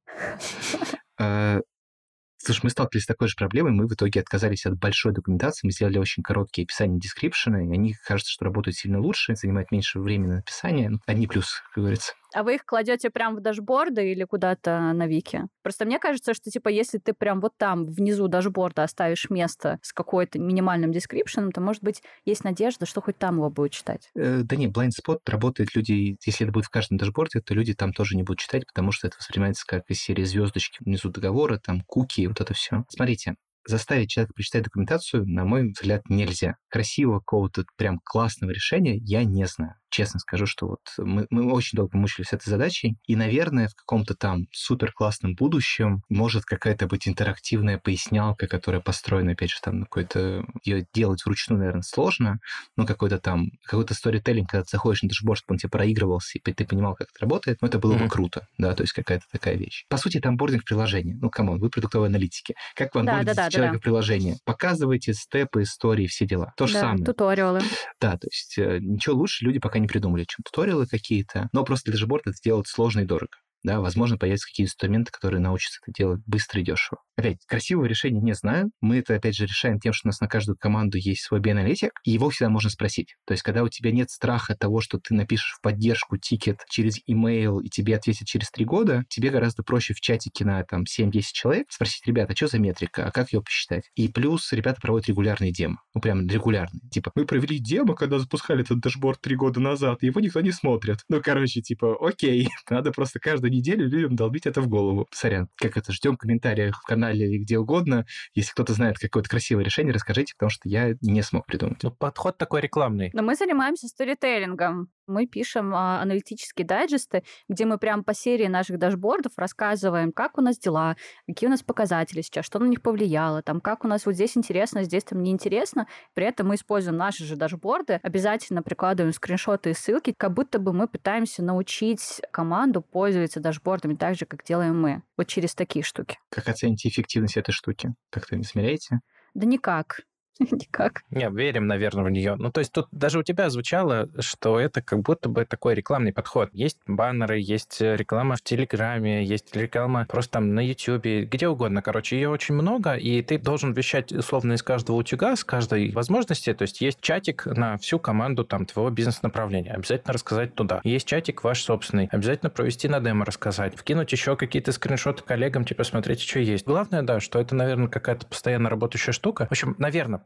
Слушай, мы сталкивались с такой же проблемой, мы в итоге отказались от большой документации, мы сделали очень короткие описания, дескрипшены, и они, кажется, что работают сильно лучше, занимают меньше времени на написание. Ну, одни плюсы, как говорится. А вы их кладете прям в дашборды или куда-то на вики? Просто мне кажется, что типа если ты прям вот там внизу дашборда оставишь место с какой-то минимальным дескрипшеном, то, может быть, есть надежда, что хоть там его будут читать. Да не, blind spot работает люди, если это будет в каждом дашборде, то люди там тоже не будут читать, потому что это воспринимается как из серии звездочки внизу договора, там куки, вот это все. Смотрите, заставить человека прочитать документацию, на мой взгляд, нельзя. Красивого какого-то прям классного решения я не знаю. Честно скажу, что вот мы очень долго мучились с этой задачей, и, наверное, в каком-то там супер-классном будущем может какая-то быть интерактивная пояснялка, которая построена, опять же, там на какой-то... Ее делать вручную, наверное, сложно, но какой-то сторителлинг, когда ты заходишь на дашборд, чтобы он тебе проигрывался, и ты понимал, как это работает, но это было бы круто, да, то есть какая-то такая вещь. По сути, это онбординг приложения. Ну, камон, вы продуктовые аналитики. Как вы онбордите человека в приложение? Показывайте степы, истории, все дела. То же самое. Туториалы. Да, то есть ничего лучше люди пока не придумали, чем туториалы какие-то, но просто для дашборда это делать сложно и дорого. Да, возможно, появятся какие-то инструменты, которые научатся это делать быстро и дешево. Опять, красивого решения не знаю. Мы это, опять же, решаем тем, что у нас на каждую команду есть свой би-аналитик, и его всегда можно спросить. То есть, когда у тебя нет страха того, что ты напишешь в поддержку тикет через имейл, и тебе ответят через 3 года, тебе гораздо проще в чатике на там 7-10 человек спросить: ребята, а что за метрика, а как ее посчитать? И плюс ребята проводят регулярные демо. Ну, прям регулярные. Типа, мы провели демо, когда запускали этот дашборд 3 года назад, и его никто не смотрит. Ну, короче, типа, окей, надо просто каждую неделю людям долбить это в голову. Сорян, как это, ждем комментариев в канале или где угодно. Если кто-то знает какое-то красивое решение, расскажите, потому что я не смог придумать. Ну, подход такой рекламный. Но мы занимаемся сторителлингом. Мы пишем аналитические дайджесты, где мы прям по серии наших дашбордов рассказываем, как у нас дела, какие у нас показатели сейчас, что на них повлияло, там, как у нас вот здесь интересно, здесь там неинтересно. При этом мы используем наши же дашборды, обязательно прикладываем скриншоты и ссылки, как будто бы мы пытаемся научить команду пользоваться дашбордами так же, как делаем мы. Вот через такие штуки. Как оцените эффективность этой штуки? Как-то не измеряете? Да никак. Никак. Не, верим, наверное, в нее. Ну, то есть тут даже у тебя звучало, что это как будто бы такой рекламный подход. Есть баннеры, есть реклама в Телеграме, есть реклама просто там на Ютьюбе, где угодно. Короче, ее очень много, и ты должен вещать условно из каждого утюга, с каждой возможности. То есть есть чатик на всю команду там твоего бизнес-направления. Обязательно рассказать туда. Есть чатик ваш собственный. Обязательно провести на демо рассказать. Вкинуть еще какие-то скриншоты коллегам, типа, смотрите, что есть. Главное, да, что это, наверное, какая-то постоянно работающая штука. В общем, наверное,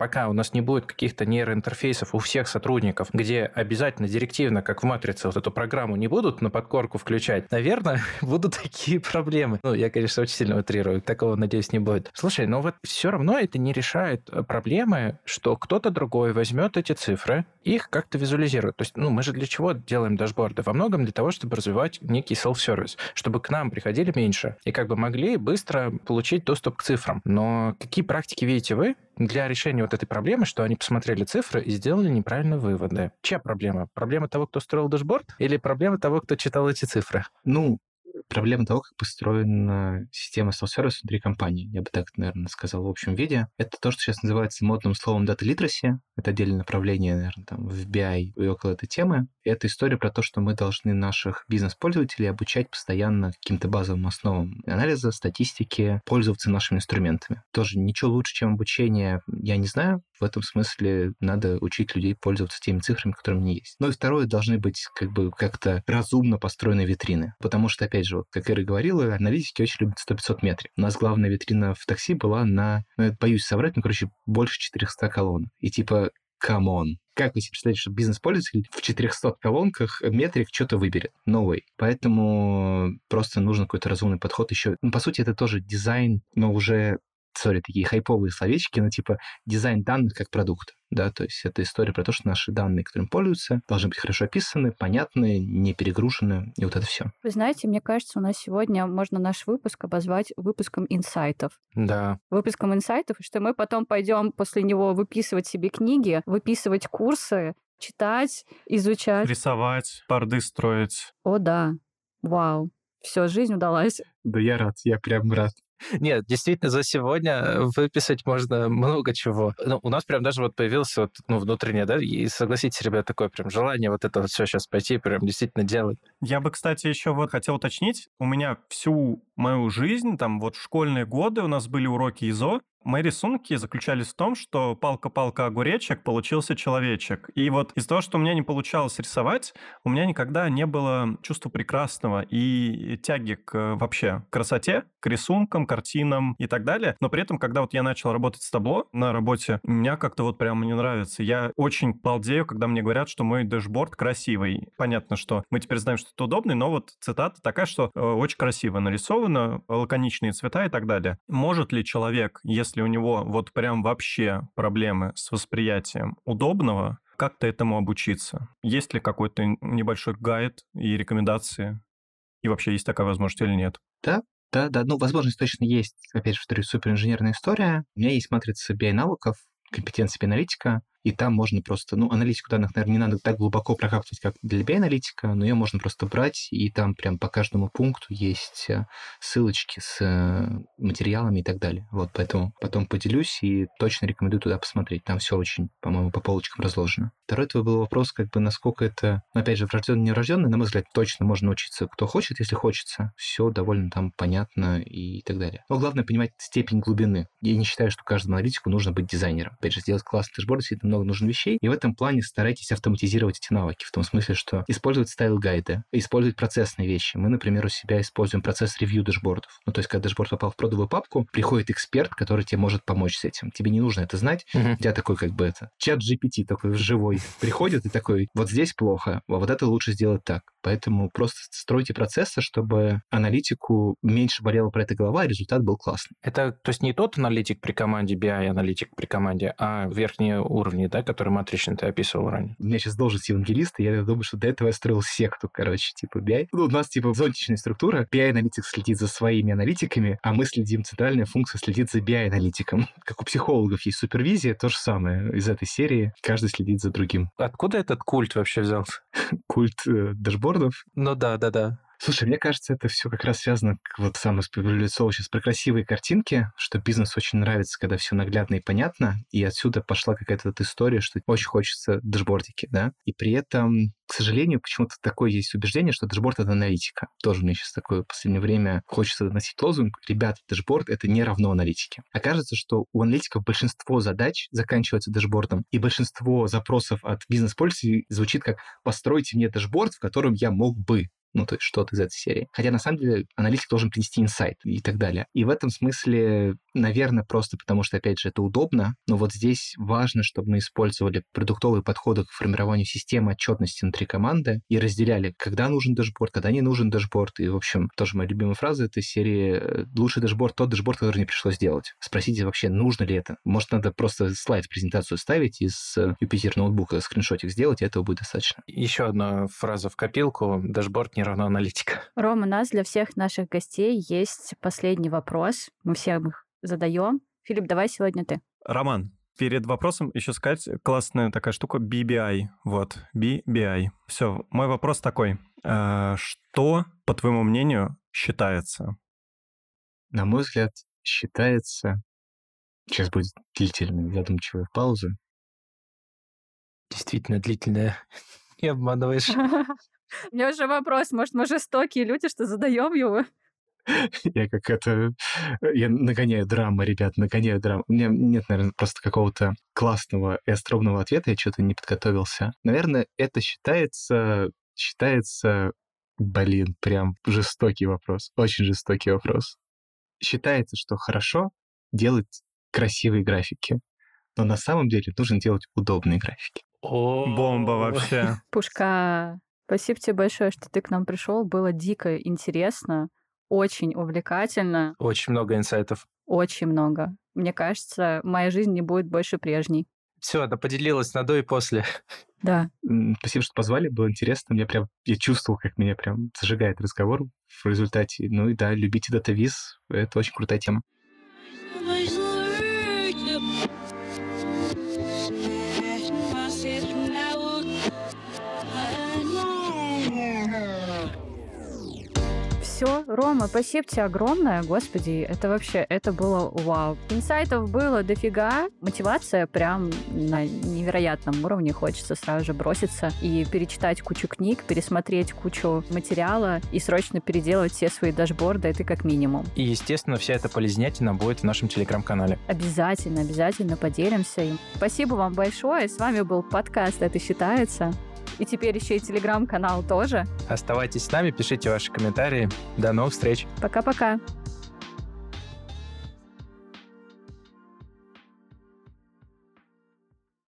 пока у нас не будет каких-то нейроинтерфейсов у всех сотрудников, где обязательно директивно, как в «Матрице», вот эту программу не будут на подкорку включать, наверное, будут такие проблемы. Ну, я, конечно, очень сильно утрирую. Такого, надеюсь, не будет. Слушай, но вот все равно это не решает проблемы, что кто-то другой возьмет эти цифры, их как-то визуализирует. То есть, ну, мы же для чего делаем дашборды? Во многом для того, чтобы развивать некий селф-сервис, чтобы к нам приходили меньше и как бы могли быстро получить доступ к цифрам. Но какие практики видите вы для решения вот этой проблемы, что они посмотрели цифры и сделали неправильные выводы? Чья проблема? Проблема того, кто строил дашборд, или проблема того, кто читал эти цифры? Ну, проблема того, как построена система self-service внутри компании, я бы так, наверное, сказал в общем виде. Это то, что сейчас называется модным словом data literacy. Это отдельное направление, наверное, там, в BI и около этой темы. И это история про то, что мы должны наших бизнес-пользователей обучать постоянно каким-то базовым основам анализа, статистики, пользоваться нашими инструментами. Тоже ничего лучше, чем обучение, я не знаю. В этом смысле надо учить людей пользоваться теми цифрами, которые у них есть. Ну и второе, должны быть как-то разумно построенные витрины. Потому что, опять же, вот, как Ира говорила, аналитики очень любят 100-500 метрик. У нас главная витрина в такси была на, я боюсь соврать, больше 400 колонн. И типа, камон. Как вы себе представляете, что бизнес-пользователь в 400 колонках метрик что-то выберет? No way. Поэтому просто нужен какой-то разумный подход еще. Ну, по сути, это тоже дизайн, но уже такие хайповые словечки, но типа дизайн данных как продукт, да, то есть это история про то, что наши данные, которыми пользуются, должны быть хорошо описаны, понятны, не перегружены, и вот это все. Вы знаете, мне кажется, у нас сегодня можно наш выпуск обозвать выпуском инсайтов. Да. Выпуском инсайтов, что мы потом пойдем после него выписывать себе книги, выписывать курсы, читать, изучать. Рисовать, борды строить. О, да. Вау. Все, жизнь удалась. Да я рад, я прям рад. Нет, действительно, за сегодня выписать можно много чего. Ну, у нас прям даже вот появилось вот, внутреннее, да, и согласитесь, ребят, такое прям желание вот это вот все сейчас пойти прям действительно делать. Я бы, кстати, еще вот хотел уточнить, у меня всю мою жизнь, там вот в школьные годы у нас были уроки ИЗО, мои рисунки заключались в том, что палка-палка огуречек, получился человечек. И вот из-за того, что у меня не получалось рисовать, у меня никогда не было чувства прекрасного и тяги к вообще красоте, к рисункам, картинам и так далее. Но при этом, когда вот я начал работать с табло на работе, меня как-то вот прямо не нравится. Я очень балдею, когда мне говорят, что мой дэшборд красивый. Понятно, что мы теперь знаем, что это удобный, но вот цитата такая, что очень красиво нарисовано, лаконичные цвета и так далее. Может ли человек, если у него вот прям вообще проблемы с восприятием удобного, как-то этому обучиться? Есть ли какой-то небольшой гайд и рекомендации? И вообще есть такая возможность или нет? Да. Ну, возможность точно есть. Опять же, повторюсь, суперинженерная история. У меня есть матрица BI-навыков, компетенции BI-аналитика, и там можно просто, аналитику данных, наверное, не надо так глубоко прокапывать, как для BI-аналитика, но ее можно просто брать, и там прям по каждому пункту есть ссылочки с материалами и так далее. Вот, поэтому потом поделюсь и точно рекомендую туда посмотреть. Там все очень, по-моему, по полочкам разложено. Второй твой был вопрос, насколько это, опять же, врожденный, неврожденный, на мой взгляд, точно можно научиться, кто хочет, если хочется. Все довольно там понятно и так далее. Но главное понимать степень глубины. Я не считаю, что каждому аналитику нужно быть дизайнером. Опять же, сделать классный дашборд, действительно много нужных вещей, и в этом плане старайтесь автоматизировать эти навыки, в том смысле, что использовать стайл-гайды, использовать процессные вещи. Мы, например, у себя используем процесс ревью дашбордов. То есть, когда дашборд попал в продовую папку, приходит эксперт, который тебе может помочь с этим. Тебе не нужно это знать. У тебя такой, чат GPT такой живой приходит и такой, вот здесь плохо, а вот это лучше сделать так. Поэтому просто стройте процессы, чтобы аналитику меньше болела про это голова, а результат был классный. Это, то есть, не тот аналитик при команде BI-аналитик при команде, а верхние уровни, да, которые матричный ты описывал ранее? У меня сейчас должность евангелиста, я думаю, что до этого я строил секту, BI. У нас, зонтичная структура. BI-аналитик следит за своими аналитиками, а мы следим, центральная функция следит за BI-аналитиком. Как у психологов есть супервизия, то же самое из этой серии. Каждый следит за другим. Откуда этот культ вообще взялся? Культ дашбордов? Ну да. Слушай, мне кажется, это все как раз связано, самое спекуляционное сейчас, про красивые картинки, что бизнесу очень нравится, когда все наглядно и понятно, и отсюда пошла какая-то вот история, что очень хочется дашбордики, да, и при этом, к сожалению, почему-то такое есть убеждение, что дашборд — это аналитика. Тоже мне сейчас такое в последнее время хочется доносить лозунг: ребята, дашборд — это не равно аналитике. Окажется, что у аналитиков большинство задач заканчивается дашбордом, и большинство запросов от бизнес-пользователей звучит как: постройте мне дашборд, в котором я мог бы. Ну, то есть что-то из этой серии. Хотя, на самом деле, аналитик должен принести инсайт и так далее. И в этом смысле, наверное, просто потому что, опять же, это удобно, но вот здесь важно, чтобы мы использовали продуктовые подходы к формированию системы отчетности внутри команды и разделяли, когда нужен дашборд, когда не нужен дашборд. И, в общем, тоже моя любимая фраза этой серии «Лучший дашборд — тот дашборд, который мне пришлось сделать». Спросите вообще, нужно ли это? Может, надо просто слайд в презентацию ставить из Юпитер ноутбука, скриншотик сделать, и этого будет достаточно. Еще одна фраза в копилку. Дашборд не равно аналитика. Рома, у нас для всех наших гостей есть последний вопрос. Мы всем их задаем. Филипп, давай сегодня ты. Роман, перед вопросом еще сказать классная такая штука BBI. Вот, BBI. Все, мой вопрос такой. Что, по твоему мнению, считается? На мой взгляд, считается... Сейчас будет длительная, задумчивая пауза. Действительно длительная. Не обманываешь. У меня уже вопрос. Может, мы жестокие люди, что задаем его? Я нагоняю драмы, ребят, нагоняю драмы. У меня нет, наверное, просто какого-то классного и остроумного ответа, я что-то не подготовился. Наверное, это считается, прям жестокий вопрос, очень жестокий вопрос. Считается, что хорошо делать красивые графики, но на самом деле нужно делать удобные графики. Бомба вообще. Пушка, спасибо тебе большое, что ты к нам пришел. Было дико интересно, очень увлекательно. Очень много инсайтов. Очень много. Мне кажется, моя жизнь не будет больше прежней. Все, она поделилась на до и после. Да. Спасибо, что позвали, было интересно. Я чувствовал, как меня прям зажигает разговор в результате. Ну и да, любите DataViz, это очень крутая тема. Все, Рома, спасибо тебе огромное. Господи, это было вау. Инсайтов было дофига. Мотивация прям на невероятном уровне. Хочется сразу же броситься и перечитать кучу книг, пересмотреть кучу материала и срочно переделать все свои дашборды. Это как минимум. И, естественно, вся эта полезнятина будет в нашем телеграм-канале. Обязательно поделимся им. Спасибо вам большое. С вами был подкаст «Это считается». И теперь еще и телеграм-канал тоже. Оставайтесь с нами, пишите ваши комментарии. До новых встреч. Пока-пока.